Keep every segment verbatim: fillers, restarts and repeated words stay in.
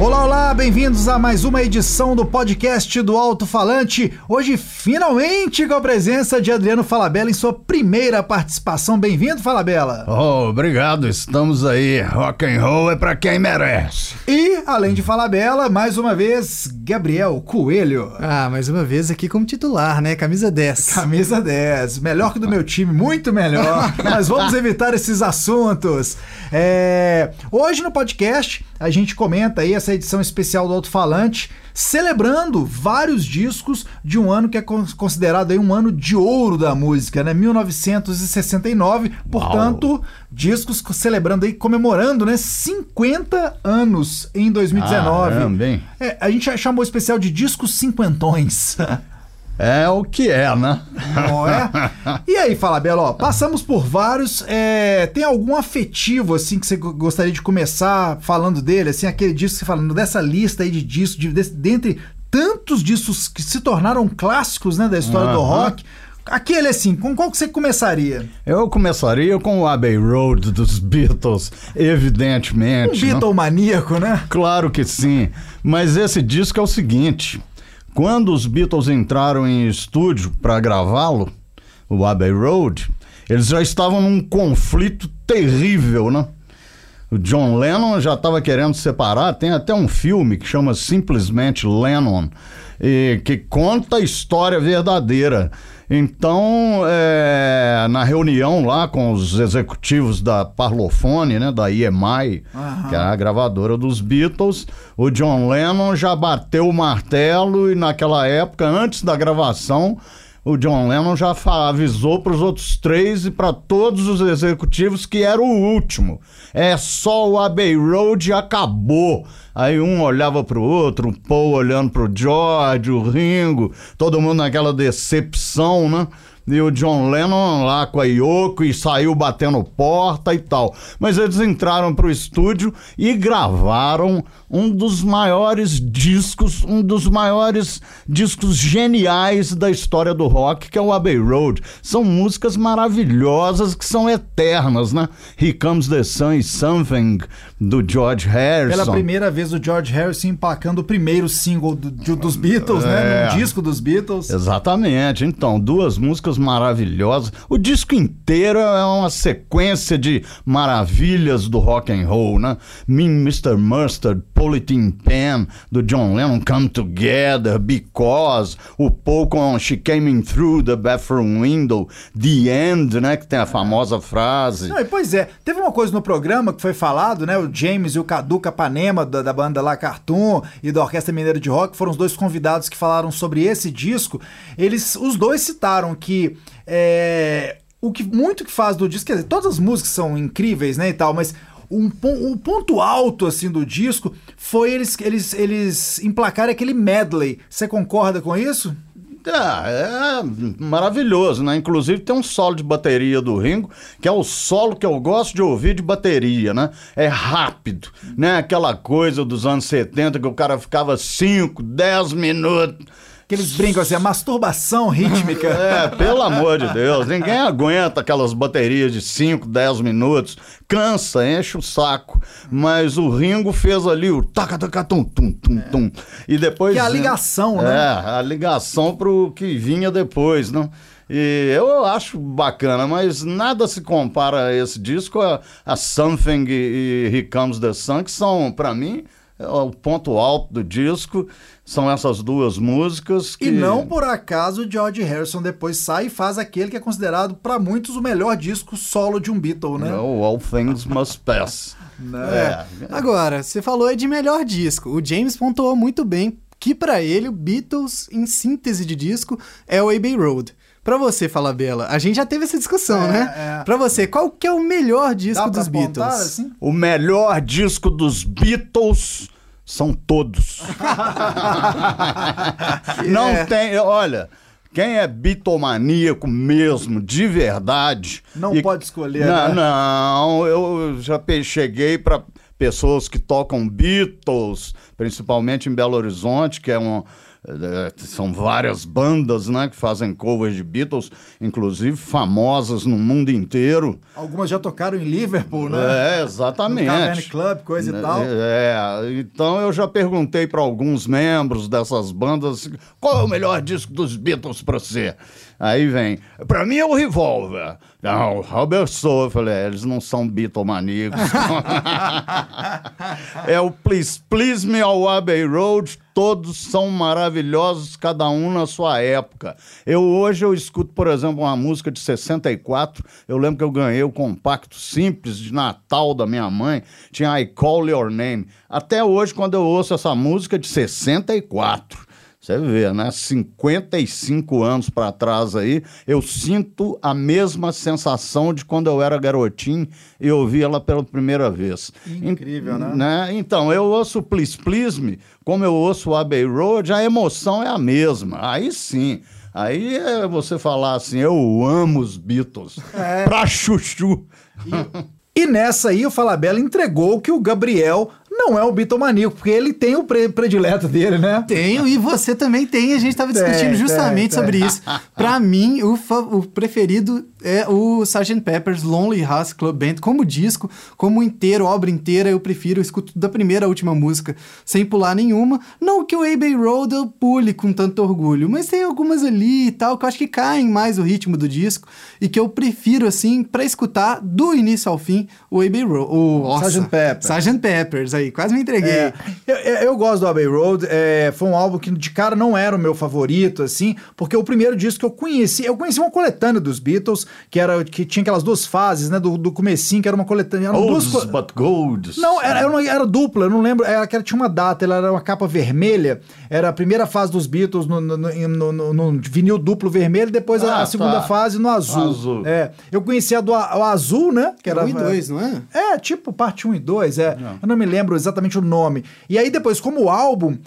Olá, olá, bem-vindos a mais uma edição do podcast do Alto Falante. Hoje, finalmente, com a presença de Adriano Falabella em sua primeira participação. Bem-vindo, Falabella. Oh, obrigado, estamos aí. Rock and roll é pra quem merece. E, além de Falabella, mais uma vez, Gabriel Coelho. Ah, mais uma vez aqui como titular, né? Camisa dez. Camisa dez. Melhor que do meu time, muito melhor. Mas vamos evitar esses assuntos. É... Hoje no podcast, a gente comenta aí essa edição especial do Alto Falante, celebrando vários discos de um ano que é considerado aí um ano de ouro da música, né? mil novecentos e sessenta e nove, portanto, Uau. discos celebrando aí, comemorando, né? cinquenta anos em dois mil e dezenove. Ah, bem. É, a gente chamou o especial de discos cinquentões. É o que é, né? Não é? E aí, Falabella, ó, passamos por vários, é, tem algum afetivo, assim, que você gostaria de começar falando dele, assim, aquele disco que você falando dessa lista aí de discos, de, de, dentre tantos discos que se tornaram clássicos, né, da história uhum. do rock, aquele, assim, com qual que você começaria? Eu começaria com o Abbey Road dos Beatles, evidentemente. Um Beatlemaníaco, né? Claro que sim, mas esse disco é o seguinte... Quando os Beatles entraram em estúdio para gravá-lo, o Abbey Road, eles já estavam num conflito terrível, né? O John Lennon já estava querendo separar, tem até um filme que chama simplesmente Lennon, e que conta a história verdadeira. Então, é, na reunião lá com os executivos da Parlophone, né, da E M I, uhum. que é a gravadora dos Beatles, o John Lennon já bateu o martelo e naquela época, antes da gravação, o John Lennon já avisou para os outros três e para todos os executivos que era o último. É só o Abbey Road e acabou. Aí um olhava pro outro, o Paul olhando pro George, o Ringo, todo mundo naquela decepção, né? E o John Lennon lá com a Yoko e saiu batendo porta e tal. Mas eles entraram pro estúdio e gravaram um dos maiores discos, um dos maiores discos geniais da história do rock, que é o Abbey Road. São músicas maravilhosas que são eternas, né? Here Comes the Sun e Something, do George Harrison. Pela primeira vez o George Harrison emplacando o primeiro single do, do, dos Beatles, é, né? Um disco dos Beatles. Exatamente. Então, duas músicas maravilhosas. O disco inteiro é uma sequência de maravilhas do rock and roll, né? Me, mister Mustard, Politin Pen, do John Lennon, Come Together, Because, o Paul com She Came In Through the Bathroom Window, The End, né? Que tem a famosa frase. Não, pois é, teve uma coisa no programa que foi falado, né? O James e o Cadu Capanema, da, da banda lá Cartoon e da Orquestra Mineira de Rock, foram os dois convidados que falaram sobre esse disco. Eles, os dois citaram que é, o que muito que faz do disco, quer dizer, todas as músicas são incríveis, né, e tal, mas um, um ponto alto, assim, do disco foi eles, eles, eles emplacarem aquele medley. Você concorda com isso? É, é maravilhoso, né? Inclusive tem um solo de bateria do Ringo, que é o solo que eu gosto de ouvir de bateria, né? É rápido, né? Aquela coisa dos anos setenta que o cara ficava cinco, dez minutos... Que eles brincam assim, a masturbação rítmica. É, pelo amor de Deus, ninguém aguenta aquelas baterias de cinco, dez minutos, cansa, enche o saco. Mas o Ringo fez ali o taca-taca-tum, tum, tum, tum. E depois... Que é a ligação, né? É, a ligação pro que vinha depois, né? E eu acho bacana, mas nada se compara a esse disco, a, a Something e, e Here Comes the Sun, que são, pra mim... É o ponto alto do disco, são essas duas músicas que... E não por acaso o George Harrison depois sai e faz aquele que é considerado para muitos o melhor disco solo de um Beatle, né? No, All Things Must Pass. É. Agora, você falou de melhor disco, o James pontuou muito bem que para ele o Beatles, em síntese de disco, é o Abbey Road. Pra você, Falabella, a gente já teve essa discussão, é, né? É. Pra você, qual que é o melhor disco dos Beatles? Assim? O melhor disco dos Beatles são todos. Não é. tem... Olha, quem é bitomaníaco mesmo, de verdade... Não e, pode escolher, Não, né? não, eu já cheguei pra pessoas que tocam Beatles, principalmente em Belo Horizonte, que é um... É, são várias bandas, né, que fazem covers de Beatles, inclusive famosas no mundo inteiro. Algumas já tocaram em Liverpool, né? É, exatamente. No Cavern Club, coisa e tal. É, então eu já perguntei para alguns membros dessas bandas qual é o melhor disco dos Beatles para você. Aí vem, para mim é o Revolver. Não, Robert Soul. Eu falei, é, eles não são Beatlemaníacos. É o Please Please Me ao Abbey Road. Todos são maravilhosos, cada um na sua época. Eu hoje eu escuto, por exemplo, uma música de sessenta e quatro. Eu lembro que eu ganhei o compacto simples de Natal da minha mãe. Tinha I Call Your Name. Até hoje, quando eu ouço essa música de sessenta e quatro... Você vê, né? cinquenta e cinco anos para trás aí, eu sinto a mesma sensação de quando eu era garotinho e ouvi ela pela primeira vez. Incrível, In, né? né? Então, eu ouço Please Please Me, como eu ouço o Abbey Road, a emoção é a mesma. Aí sim. Aí é você falar assim, eu amo os Beatles. É. Pra chuchu. E, e nessa aí o Falabella entregou que o Gabriel não é o Beatlemaníaco, porque ele tem o pre- predileto dele, né? Tenho, e você também tem. A gente estava discutindo tem, justamente tem, sobre tem. isso. Pra mim, o, fa- o preferido é o sergeant Pepper's Lonely Hearts Club Band. Como disco, como inteiro, obra inteira, eu prefiro. Eu escuto da primeira à última música, sem pular nenhuma. Não que o Abbey Road eu pule com tanto orgulho, mas tem algumas ali e tal, que eu acho que caem mais o ritmo do disco e que eu prefiro, assim, pra escutar do início ao fim, o Abbey Road. O sergeant Pepper. sergeant Pepper's, aí, quase me entreguei. É, eu, eu gosto do Abbey Road, é, foi um álbum que de cara não era o meu favorito, assim, porque o primeiro disco que eu conheci, eu conheci uma coletânea dos Beatles, que, era, que tinha aquelas duas fases, né, do, do comecinho, que era uma coletânea... Eram Olds, duas, but golds. Não, era, era, uma, era dupla, eu não lembro, era, que tinha uma data, ela era uma capa vermelha, era a primeira fase dos Beatles no, no, no, no, no vinil duplo vermelho, depois ah, a, a segunda tá. fase no azul. azul. É, eu conhecia do a, o azul, né, que era... um e dois, não é? É, tipo parte um e dois, é. Não. Eu não me lembro exatamente o nome. E aí depois, como álbum,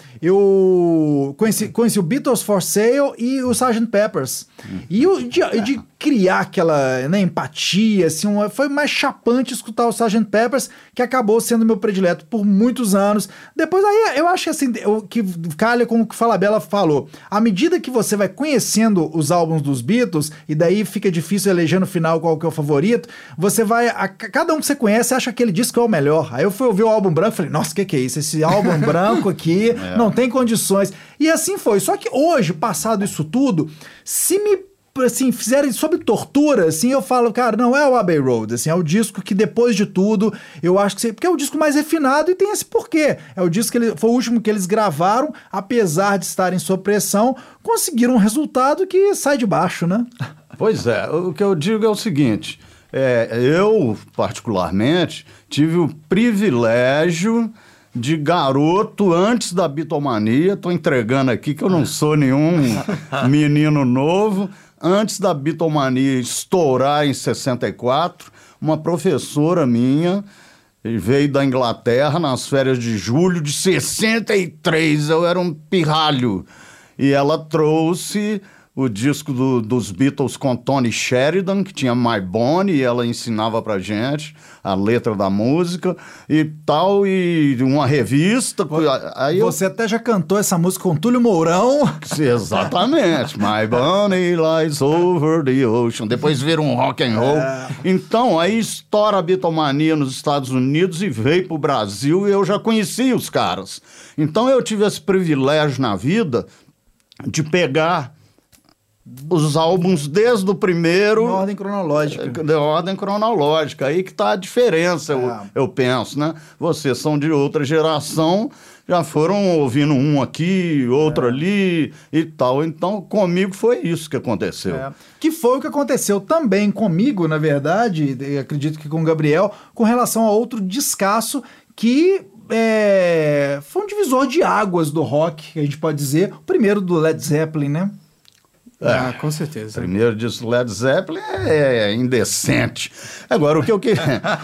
eu conheci, conheci o Beatles for Sale e o sergeant Pepper's. Hum. E o, de, de criar aquela, né, empatia, assim, uma, foi mais chapante escutar o sergeant Pepper's, que acabou sendo meu predileto por muitos anos. Depois aí, eu acho que assim, eu, que calha com o que o Falabella falou. À medida que você vai conhecendo os álbuns dos Beatles, e daí fica difícil eleger no final qual que é o favorito, você vai, a, cada um que você conhece acha que aquele disco é o melhor. Aí eu fui ouvir o álbum branco e falei, nossa, o que, que é isso? Esse álbum branco aqui é. Não tem condições. E assim foi. Só que hoje, passado isso tudo, se me assim, fizerem sob tortura, assim, eu falo, cara, não é o Abbey Road, assim, é o disco que depois de tudo, eu acho que... Porque é o disco mais refinado e tem esse porquê. É o disco que ele, foi o último que eles gravaram, apesar de estarem sob pressão, conseguiram um resultado que sai de baixo, né? Pois é, o que eu digo é o seguinte, é, eu, particularmente, tive o privilégio de garoto antes da Beatlemania, tô entregando aqui que eu não sou nenhum menino novo, antes da Beatlemania estourar em sessenta e quatro, uma professora minha veio da Inglaterra nas férias de julho de sessenta e três, eu era um pirralho, e ela trouxe o disco do, dos Beatles com Tony Sheridan, que tinha My Bonnie, e ela ensinava pra gente a letra da música e tal, e uma revista. Aí Você eu... até já cantou essa música com Túlio Mourão. Exatamente. My Bonnie lies over the ocean. Depois vira um rock and roll. É. Então, aí estoura a Beatlemania nos Estados Unidos e veio pro Brasil e eu já conhecia os caras. Então eu tive esse privilégio na vida de pegar os álbuns desde o primeiro... Em ordem cronológica. De ordem cronológica. Aí que tá a diferença, é. eu, eu penso, né? Vocês são de outra geração, já foram ouvindo um aqui, outro é. ali e tal. Então, comigo foi isso que aconteceu. É. Que foi o que aconteceu também comigo, na verdade, e acredito que com o Gabriel, com relação a outro descasso que... É, foi um divisor de águas do rock, que a gente pode dizer. O primeiro do Led Zeppelin, né? É, ah, com certeza. Primeiro disco do Led Zeppelin é, é indecente. Agora, o que eu queria...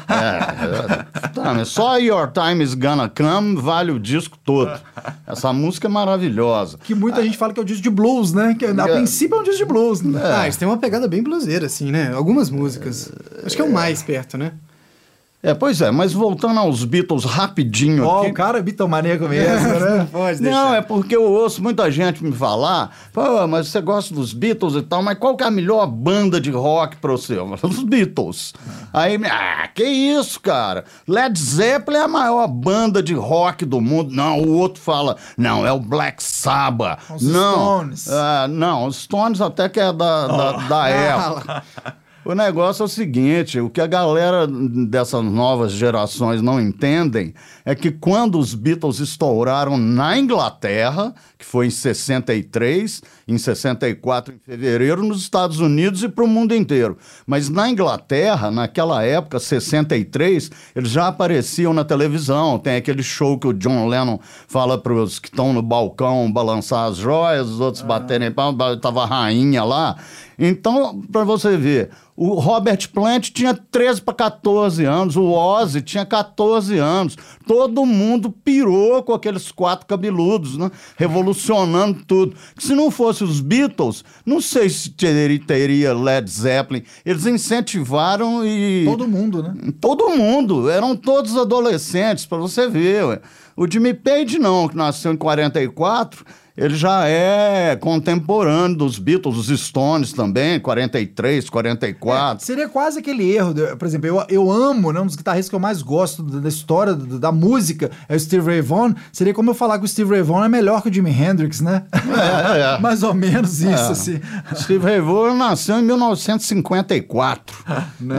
É, tá, só Your Time Is Gonna Come vale o disco todo. Essa música é maravilhosa. Que muita ah, gente fala que é o disco de blues, né? Que a é, princípio é um disco de blues. Né? É. Ah, isso tem uma pegada bem bluseira, assim, né? Algumas músicas. Acho que é o mais perto, né? É, pois é, mas voltando aos Beatles rapidinho Ó, aqui... o cara é bitomaníaco mesmo, né? Não pode deixar. Não, é porque eu ouço muita gente me falar, pô, mas você gosta dos Beatles e tal, mas qual que é a melhor banda de rock pra você? Os Beatles. Aí, ah, que isso, cara? Led Zeppelin é a maior banda de rock do mundo. Não, o outro fala, não, é o Black Sabbath. Os não, Stones. ah, não, os Stones até que é da, da, da época. O negócio é o seguinte, o que a galera dessas novas gerações não entendem é que quando os Beatles estouraram na Inglaterra, que foi em sessenta e três, em sessenta e quatro em fevereiro, nos Estados Unidos e para o mundo inteiro. Mas na Inglaterra, naquela época, sessenta e três, eles já apareciam na televisão. Tem aquele show que o John Lennon fala para os que estão no balcão balançar as joias, os outros ah. baterem palma, estava a rainha lá. Então, para você ver, o Robert Plant tinha treze para quatorze anos, o Ozzy tinha quatorze anos. Todo mundo pirou com aqueles quatro cabeludos, né? Revolucionando tudo. Se não fosse os Beatles, não sei se teria, teria Led Zeppelin. Eles incentivaram e... Todo mundo, né? Todo mundo. Eram todos adolescentes, para você ver. Ué. O Jimmy Page não, que nasceu em quarenta e quatro... Ele já é contemporâneo dos Beatles, os Stones também, quarenta e três, quarenta e quatro. É, seria quase aquele erro, de, por exemplo, eu, eu amo, né, um dos guitarristas que eu mais gosto da, da história, da, da música, é o Steve Ray Vaughan. Seria como eu falar que o Steve Ray Vaughan é melhor que o Jimi Hendrix, né? É, é. Mais ou menos isso, é. assim. Steve Ray Vaughan nasceu em mil novecentos e cinquenta e quatro. Né?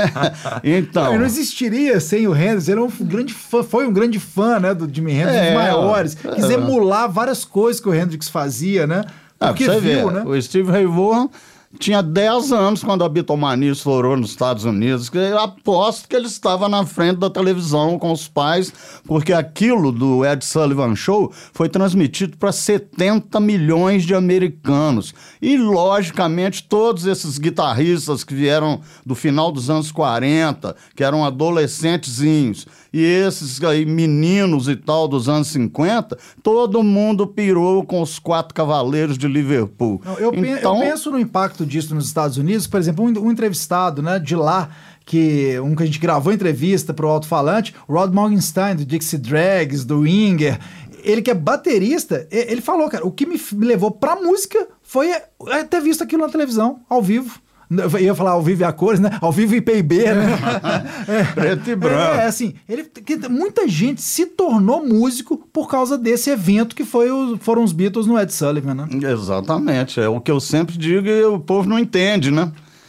Então... Ele não existiria sem o Hendrix, ele é um grande fã, foi um grande fã, né, do Jimi Hendrix, é, dos maiores. Quis é. emular várias coisas que o Hendrix fazia, né? Porque ah, você viu, vê, né? O Steve Ray Vaughan tinha dez anos quando a Beatlemania estourou nos Estados Unidos. Eu aposto que ele estava na frente da televisão com os pais, porque aquilo do Ed Sullivan Show foi transmitido para setenta milhões de americanos. E, logicamente, todos esses guitarristas que vieram do final dos anos quarenta, que eram adolescentezinhos, e esses aí meninos e tal dos anos cinquenta, todo mundo pirou com os Quatro Cavaleiros de Liverpool. Não, eu, então... eu penso no impacto disso nos Estados Unidos. Por exemplo, um, um entrevistado, né, de lá, que um que a gente gravou entrevista para o Alto-Falante, o Rod Morgenstein, do Dixie Dregs, do Winger, ele que é baterista, ele falou, cara, o que me levou pra música foi ter visto aquilo na televisão, ao vivo. Eu ia falar ao vivo e a cores, né? Ao vivo e P I B, né? é, Preto e branco. É, assim, ele, que, muita gente se tornou músico por causa desse evento que foi o, foram os Beatles no Ed Sullivan, né? Exatamente. É o que eu sempre digo e o povo não entende, né?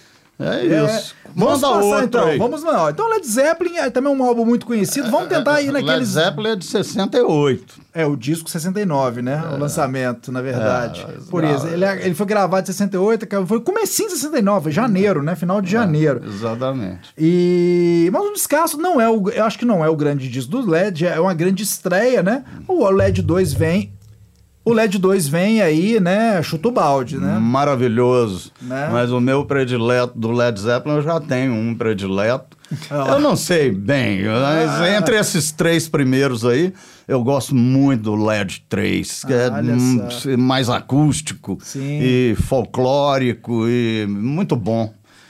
É, é isso. Vamos Manda passar, outro então. aí. Vamos lá. Então, Led Zeppelin é também um álbum muito conhecido. Vamos tentar ir naqueles... Led Zeppelin é de sessenta e oito. É, o disco sessenta e nove, né? É. O lançamento, na verdade. É, Por não, isso. Ele, ele foi gravado em sessenta e oito, foi comecinho de sessenta e nove, janeiro, né? Final de janeiro. É, exatamente. E... Mas o Descasso não é o... Eu acho que não é o grande disco do Led, é uma grande estreia, né? O Led dois vem... O Led dois vem aí, né? Chuta o balde, né? Maravilhoso. Né? Mas o meu predileto do Led Zeppelin, eu já tenho um predileto. Oh. Eu não sei bem, mas ah. entre esses três primeiros aí, eu gosto muito do Led três, que ah, é mais acústico. Sim. E folclórico e muito bom.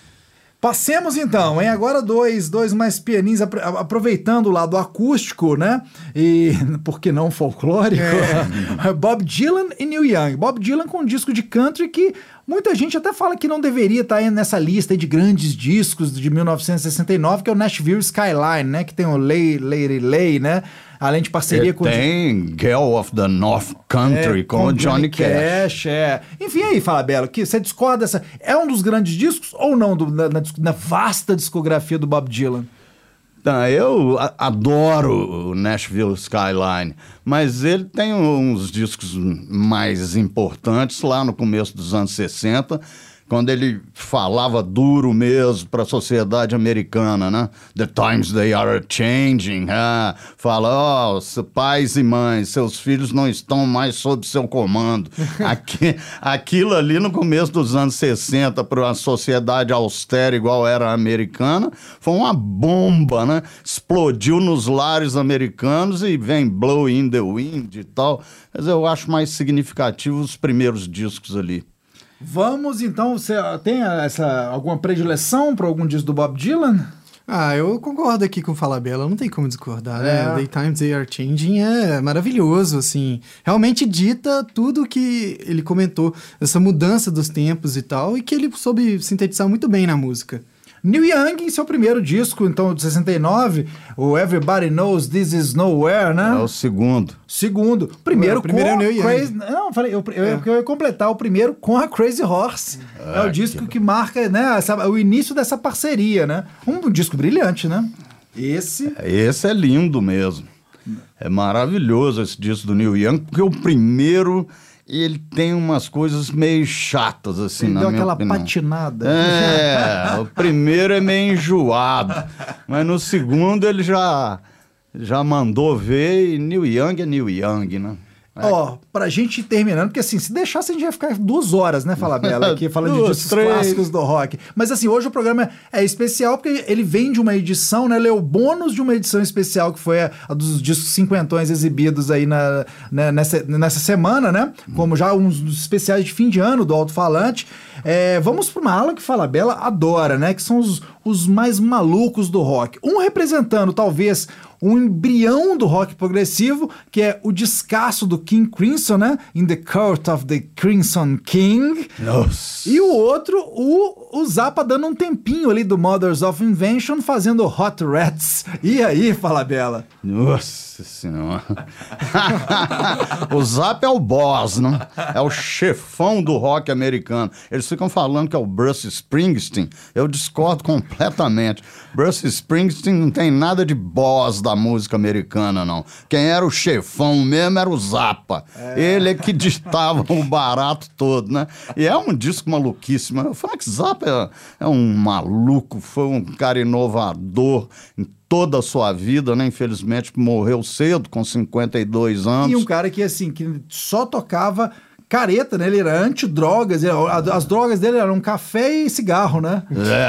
Passemos então, hein? Agora dois, dois mais pianinhos, aproveitando o lado acústico, né? E, por que não folclórico? É. Bob Dylan e Neil Young. Bob Dylan com um disco de country que muita gente até fala que não deveria estar aí nessa lista de grandes discos de mil novecentos e sessenta e nove, que é o Nashville Skyline, né? Que tem o Lay, Lady Lay, né? Além de parceria e com... Tem Girl of the North Country, é, com, com o Johnny, Johnny Cash. Cash. É. Enfim, aí, fala, Belo, que você discorda dessa... É um dos grandes discos ou não do, na, na vasta discografia do Bob Dylan? Tá, eu adoro o Nashville Skyline, mas ele tem uns discos mais importantes lá no começo dos anos sessenta, quando ele falava duro mesmo para a sociedade americana, né? The times they are changing. Ah, fala, ó, oh, pais e mães, seus filhos não estão mais sob seu comando. Aqui, aquilo ali no começo dos anos sessenta, para uma sociedade austera igual era a americana, foi uma bomba, né? Explodiu nos lares americanos e vem Blow in the Wind e tal. Mas eu acho mais significativo os primeiros discos ali. Vamos, então, você tem essa, alguma predileção para algum disco do Bob Dylan? Ah, eu concordo aqui com o Falabella, não tem como discordar, né? É. The Times They Are Changing é maravilhoso, assim. Realmente dita tudo que ele comentou, essa mudança dos tempos e tal, e que ele soube sintetizar muito bem na música. Neil Young, em seu primeiro disco, então, de sessenta e nove, o Everybody Knows This Is Nowhere, né? É o segundo. Segundo. Primeiro, O primeiro com é o Neil Young. Crazy... Não, eu falei, eu, eu, eu ia completar o primeiro com a Crazy Horse. É, o disco que, que marca, né, essa, o início dessa parceria, né? Um, um disco brilhante, né? Esse... Esse é lindo mesmo. É maravilhoso esse disco do Neil Young, porque o primeiro... ele tem umas coisas meio chatas, assim, Ele na deu minha aquela opinião. patinada. É, o primeiro é meio enjoado, mas no segundo ele já, já mandou ver, e Neil Young é Neil Young, né? Ó, pra gente ir terminando, porque assim, se deixasse a gente ia ficar duas horas, né, Falabella, aqui falando de Duas, discos três. clássicos do rock. Mas assim, hoje o programa é especial porque ele vem de uma edição, né, ele é o bônus de uma edição especial que foi a, a dos discos cinquentões exibidos aí na, né, nessa, nessa semana, né, como já uns dos especiais de fim de ano do Alto-Falante. É, vamos pra uma ala que Falabella adora, né, que são os, os mais malucos do rock. Um representando, talvez, um embrião do rock progressivo, que é o descasso do King Crimson, né? In the Court of the Crimson King. Nossa. E o outro, o, o Zappa dando um tempinho ali do Mothers of Invention, fazendo Hot Rats. E aí, Falabella? Nossa senhora. O Zappa é o boss, né? É o chefão do rock americano. Eles ficam falando que é o Bruce Springsteen. Eu discordo completamente. Bruce Springsteen não tem nada de boss da música americana, não. Quem era o chefão mesmo era o Zappa. É. Ele é que ditava o barato todo, né? E é um disco maluquíssimo. O Frank Zappa é, é um maluco, foi um cara inovador em toda a sua vida, né? Infelizmente morreu cedo, com cinquenta e dois anos. E um cara que, assim, que só tocava careta, né? Ele era anti-drogas, ele- as drogas dele eram café e cigarro, né?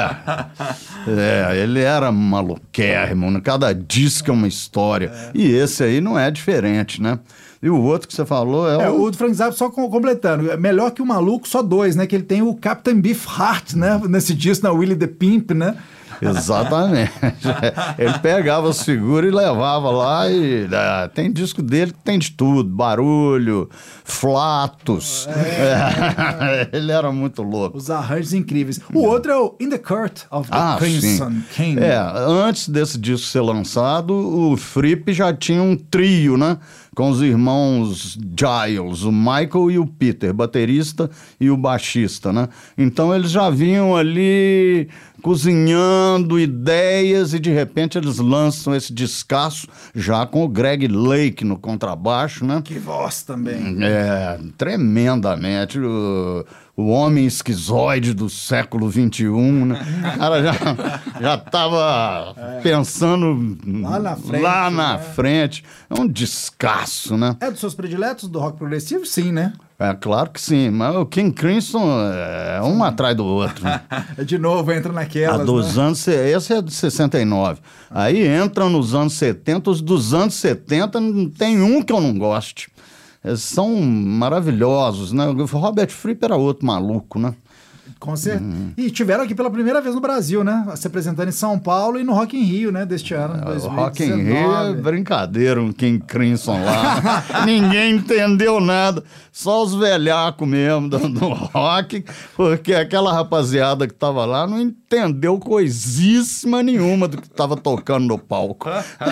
É, é, ele era maluquérrimo, né? Cada disco é uma história. É. E esse aí não é diferente, né? E o outro que você falou é, É, o... o do Frank Zappa, só com- completando, é melhor que o Maluco, só dois, né? Que ele tem o Captain Beefheart, né? Nesse disco, na Willie the Pimp, né? Exatamente. Ele pegava as figuras e levava lá e... é, tem disco dele que tem de tudo. Barulho, flatos. É. Ele era muito louco. Os arranjos incríveis. O outro é o In the Court of the Ah, Crimson sim. King. É, antes desse disco ser lançado, o Fripp já tinha um trio, né? Com os irmãos Giles, o Michael e o Peter, baterista e o baixista, né? Então eles já vinham ali cozinhando ideias e de repente eles lançam esse descasso já com o Greg Lake no contrabaixo, né? Que voz também. É, tremendamente. O, o homem esquizoide do século vinte e um, né? O cara já, já tava pensando Lá na frente, lá na né? frente. É um descasso, né? É dos seus prediletos do rock progressivo? Sim, né? É claro que sim, mas o King Crimson é um atrás do outro. Né? De novo, entra A naquelas, dos né? anos, esse é de sessenta e nove. Aí entram nos anos setenta, os dos anos setenta não tem um que eu não goste. Eles são maravilhosos, né? O Robert Fripp era outro maluco, né? Com certeza. E tiveram aqui pela primeira vez no Brasil, né? Se apresentando em São Paulo e no Rock in Rio, né? Deste ano, dois O mil e Rock in dezenove. Rio é brincadeira, um King Crimson lá. Ninguém entendeu nada, só os velhacos mesmo do, do rock, porque aquela rapaziada que tava lá não entendeu coisíssima nenhuma do que tava tocando no palco.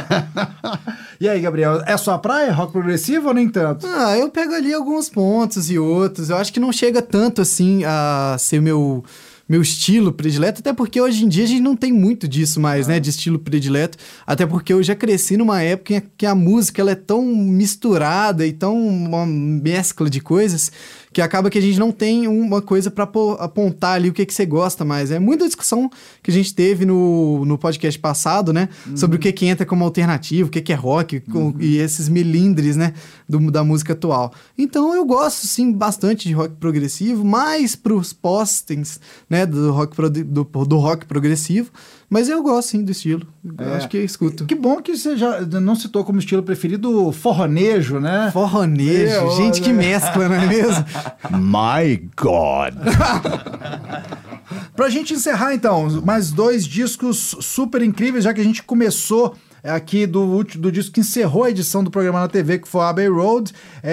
E aí, Gabriel, é sua praia? Rock progressivo ou nem tanto? Ah, eu pego ali alguns pontos e outros. Eu acho que não chega tanto assim a ser meu, meu estilo predileto, até porque hoje em dia a gente não tem muito disso mais, né? De estilo predileto. Até porque eu já cresci numa época em que a música ela é tão misturada e tão uma mescla de coisas que acaba que a gente não tem uma coisa pra pô- apontar ali o que, que você gosta mais. É muita discussão que a gente teve no, no podcast passado, né? Uhum. Sobre o que, que entra como alternativo, o que, que é rock com- e esses milindres, né? Do, da música atual. Então eu gosto, sim, bastante de rock progressivo, mais pros postings, né? Do rock, pro- do, do rock progressivo. Mas eu gosto, sim, do estilo. Eu É. acho que eu escuto. Que bom que você já não citou como estilo preferido o forronejo, né? Forronejo, Meu, gente que olha. mescla, não é mesmo? My God! Pra gente encerrar, então, mais dois discos super incríveis, já que a gente começou aqui do, último, do disco que encerrou a edição do programa na T V, que foi a Abbey Road.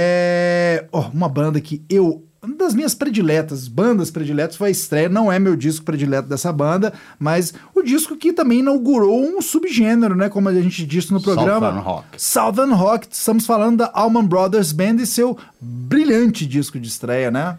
É... Oh, uma banda que eu... Uma das minhas prediletas, bandas prediletas, foi a estreia. Não é meu disco predileto dessa banda, mas o disco que também inaugurou um subgênero, né? Como a gente disse no programa. Southern Rock. Southern Rock. Estamos falando da Allman Brothers Band e seu brilhante disco de estreia, né?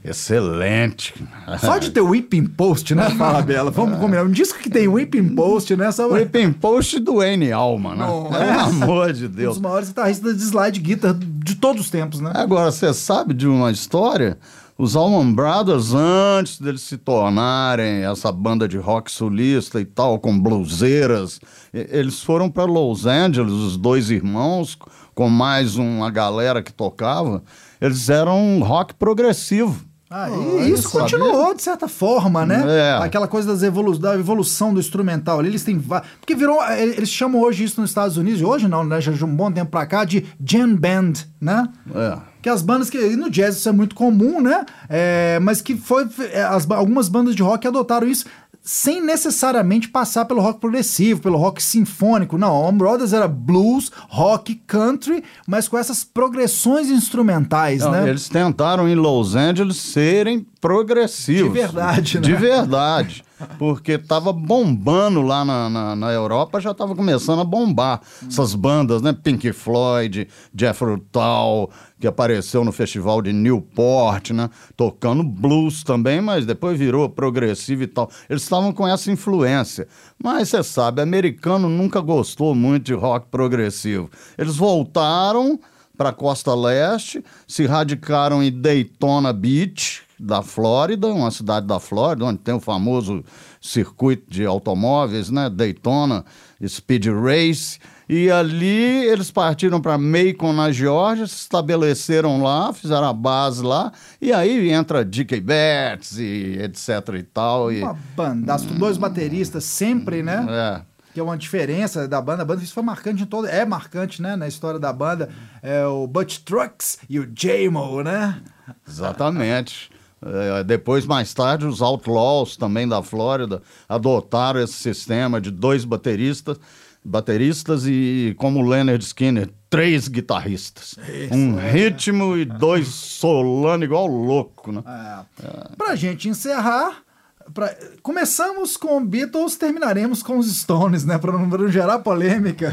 Excelente. Só de ter o Whipping Post, né, Fala Bela? Vamos combinar. Um disco que tem Whipping Post, né? Só... O Whipping Post do Wayne Allman, né? Não, Pelo é. amor de Um Deus. dos maiores guitarristas de slide guitar de todos os tempos, né? Agora, você sabe de uma história? Os Allman Brothers, antes deles se tornarem essa banda de rock sulista e tal, com bluseiras, e- eles foram para Los Angeles, os dois irmãos, com mais uma galera que tocava. Eles eram rock progressivo. Ah, Ah, e isso eu sabia. continuou, de certa forma, né? É. Aquela coisa das evolu da evolução do instrumental ali, eles têm... va- Porque virou... Eles chamam hoje isso nos Estados Unidos, hoje não, né? Já de um bom tempo pra cá, de jam band, né? É. Que as bandas que... E no jazz isso é muito comum, né? É, mas que foi... é, As, ba- algumas bandas de rock adotaram isso sem necessariamente passar pelo rock progressivo, pelo rock sinfônico. Não, a Allman Brothers era blues, rock, country, mas com essas progressões instrumentais, Não, né? Eles tentaram em Los Angeles serem progressivos. De verdade, né? De verdade. Porque tava bombando lá na, na, na Europa, já tava começando a bombar. Essas bandas, né? Pink Floyd, Jethro Tull, que apareceu no festival de Newport, né? Tocando blues também, mas depois virou progressivo e tal. Eles estavam com essa influência. Mas você sabe, americano nunca gostou muito de rock progressivo. Eles voltaram para a costa leste, se radicaram em Daytona Beach, da Flórida, uma cidade da Flórida, onde tem o famoso circuito de automóveis, né? Daytona Speed Race. E ali eles partiram para Macon, na Geórgia, se estabeleceram lá, fizeram a base lá, e aí entra Dickie Betts e etc e tal. E, Uma banda, dois bateristas sempre, né? é. Que é uma diferença da banda. A banda isso foi marcante em todo... É marcante, né? Na história da banda. É o Butch Trucks e o J-Mo, né? Exatamente. É, depois, mais tarde, os Outlaws, também da Flórida, adotaram esse sistema de dois bateristas, bateristas e, como o Leonard Skinner, três guitarristas. Isso, um é. ritmo e dois solando igual louco, né? É. Pra gente encerrar... Pra... Começamos com Beatles, terminaremos com os Stones, né? Pra não, pra não gerar polêmica.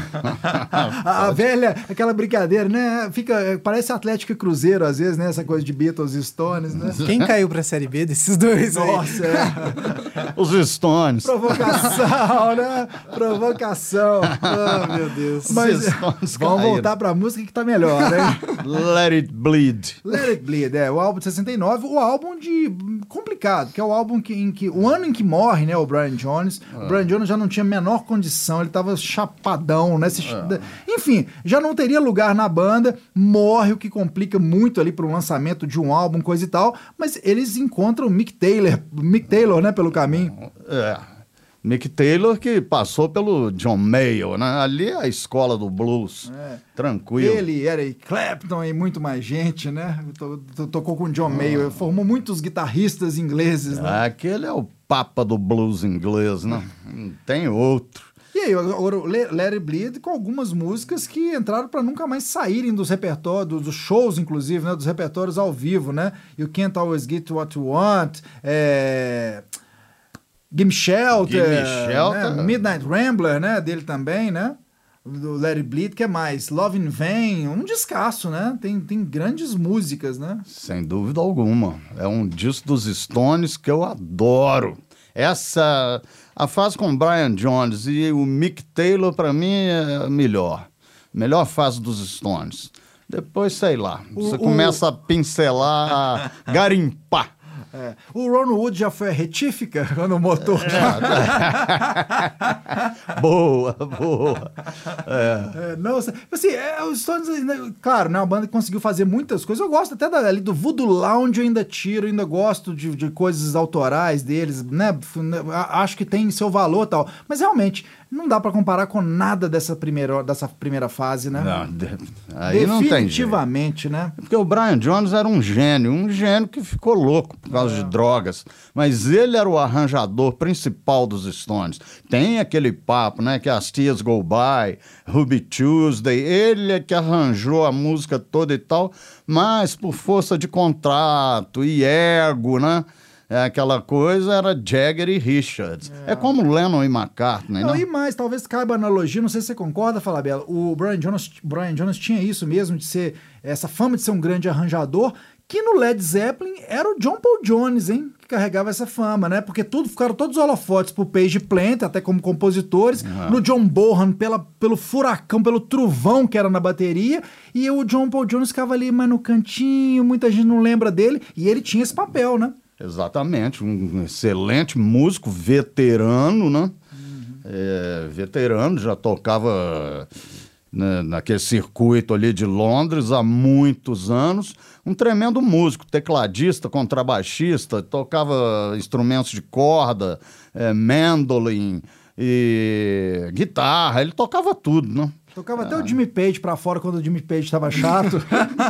a, a velha, aquela brincadeira, né? Fica, parece Atlético e Cruzeiro, às vezes, né? Essa coisa de Beatles e Stones, né? Quem caiu pra Série B desses dois aí? Nossa, é. Os Stones. Provocação, né? Provocação. Oh, meu Deus. Mas Os Stones vamos caíram. voltar pra música que tá melhor, né? Let It Bleed. Let It Bleed, é, o álbum de sessenta e nove, o álbum de complicado, que é o álbum que, em que, o ano em que morre, né, o Brian Jones, Ah. o Brian Jones já não tinha a menor condição, ele tava chapadão, né, se- Ah. enfim, já não teria lugar na banda, morre, o que complica muito ali pro lançamento de um álbum, coisa e tal, mas eles encontram o Mick Taylor, Mick Taylor, né, pelo caminho. É. Mick Taylor, que passou pelo John Mayall, né? Ali é a escola do blues. É. Tranquilo. Ele, Eric Clapton e muito mais gente, né, to- to- tocou com o John Mayall, formou muitos guitarristas ingleses, né. Aquele é o papa do blues inglês, né? Não tem outro. E aí, agora o Le- Let It Bleed com algumas músicas que entraram para nunca mais saírem dos repertórios, dos shows, inclusive, né? Dos repertórios ao vivo, né? You Can't Always Get What You Want, é... Gimme Shelter, Gimme Shelter. né? Midnight Rambler, né? Dele também, né? Do Let It Bleed, que é mais? Love in Vain, um descasso, né? Tem, tem grandes músicas, né? Sem dúvida alguma. É um disco dos Stones que eu adoro. Essa, a fase com o Brian Jones e o Mick Taylor, para mim, é a melhor. Melhor fase dos Stones. Depois, sei lá, você O- começa a pincelar, a garimpar. É. O Ron Wood já foi a retífica quando o motor É. já... Boa, boa. É. É, não, assim, é, os Stones, né, claro, né, uma banda que conseguiu fazer muitas coisas. Eu gosto até da, ali do Voodoo Lounge, eu ainda tiro, ainda gosto de, de coisas autorais deles, né? F- né, a- Acho que tem seu valor e tal. Mas realmente, não dá pra comparar com nada dessa primeira, dessa primeira fase, né? Não, de- aí não tem jeito. Definitivamente, né? Porque o Brian Jones era um gênio, um gênio que ficou louco por causa de drogas. Mas ele era o arranjador principal dos Stones. Tem aquele papo, né? Que as Tears Go By, Ruby Tuesday, ele é que arranjou a música toda e tal, mas por força de contrato e ego, né? É aquela coisa, era Jagger e Richards. É, é como Lennon e McCartney, não, né? E mais, talvez caiba a analogia, não sei se você concorda, Falabella, o Brian Jones, Brian Jones tinha isso mesmo, de ser, essa fama de ser um grande arranjador, que no Led Zeppelin era o John Paul Jones, hein, que carregava essa fama, né? Porque tudo, ficaram todos os holofotes pro Page Plant, até como compositores, uhum. no John Bonham, pela, pelo furacão, pelo trovão que era na bateria, e o John Paul Jones ficava ali, mas no cantinho, muita gente não lembra dele, e ele tinha esse papel, né? Exatamente, um excelente músico, veterano, né? Uhum. É, veterano, já tocava né, naquele circuito ali de Londres há muitos anos. Um tremendo músico, tecladista, contrabaixista, tocava instrumentos de corda, é, mandolin e guitarra, ele tocava tudo, né? Tocava até o Jimmy Page pra fora quando o Jimmy Page estava chato.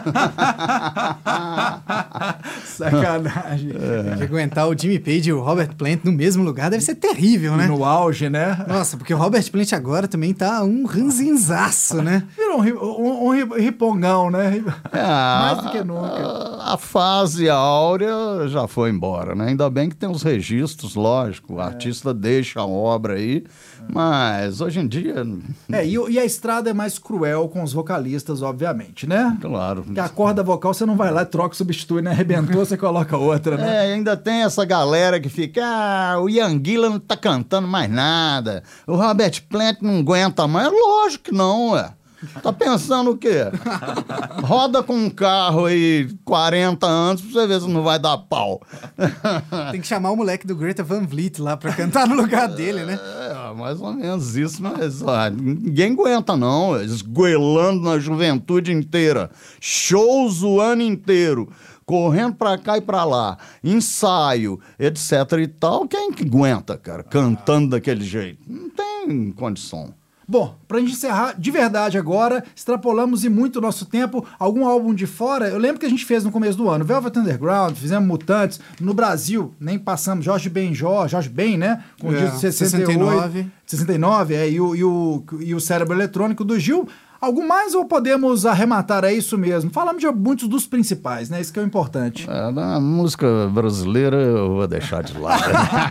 Sacanagem. É. Tem que aguentar o Jimmy Page e o Robert Plant no mesmo lugar deve ser terrível, né? No auge, né? Nossa, porque o Robert Plant agora também tá um ranzinzaço, né? Virou um, um, um ripongão, né? É, mais do que nunca. A, a fase áurea já foi embora, né? Ainda bem que tem os registros, lógico. O é. artista deixa a obra aí, mas hoje em dia... É, e, e a estrada é mais cruel com os vocalistas, obviamente, né? Claro. Porque a corda vocal você não vai lá, troca, substitui, né? Arrebentou, você coloca outra, né? É, ainda tem essa galera que fica, ah, o Ian Gillan não tá cantando mais nada, o Robert Plant não aguenta mais. Lógico que não, ué. Tá pensando o quê? Roda com um carro aí quarenta anos pra você ver se não vai dar pau. Tem que chamar o moleque do Greta Van Vliet lá pra cantar no lugar dele, né? É, mais ou menos isso, mas ó, ninguém aguenta não, esgoelando na juventude inteira. Shows o ano inteiro. Correndo pra cá e pra lá, ensaio, etc e tal. Quem que aguenta, cara, cantando daquele jeito? Não tem condição. Bom, pra gente encerrar de verdade agora, extrapolamos e muito o nosso tempo. Algum álbum de fora, eu lembro que a gente fez no começo do ano, Velvet Underground, fizemos Mutantes, no Brasil, nem passamos, Jorge Benjó, Jorge Ben, né? Com o é, disco de sessenta e oito, sessenta e nove, é, e, o, e, o, e o Cérebro Eletrônico do Gil. Algum mais ou podemos arrematar? É isso mesmo. Falamos de muitos dos principais, né? Isso que é o importante. É, na música brasileira eu vou deixar de lado.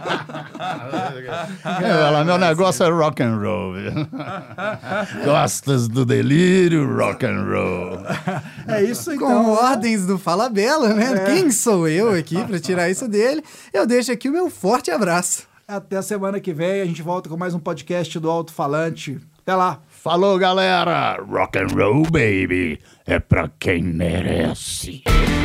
é, meu negócio é rock and roll. Gostas do delírio, rock and roll. É isso então. Com ordens do Falabella, né? É. Quem sou eu aqui para tirar isso dele? Eu deixo aqui o meu forte abraço. Até a semana que vem. A gente volta com mais um podcast do Alto Falante. Até lá. Falou, galera! Rock and roll, baby! É pra quem merece.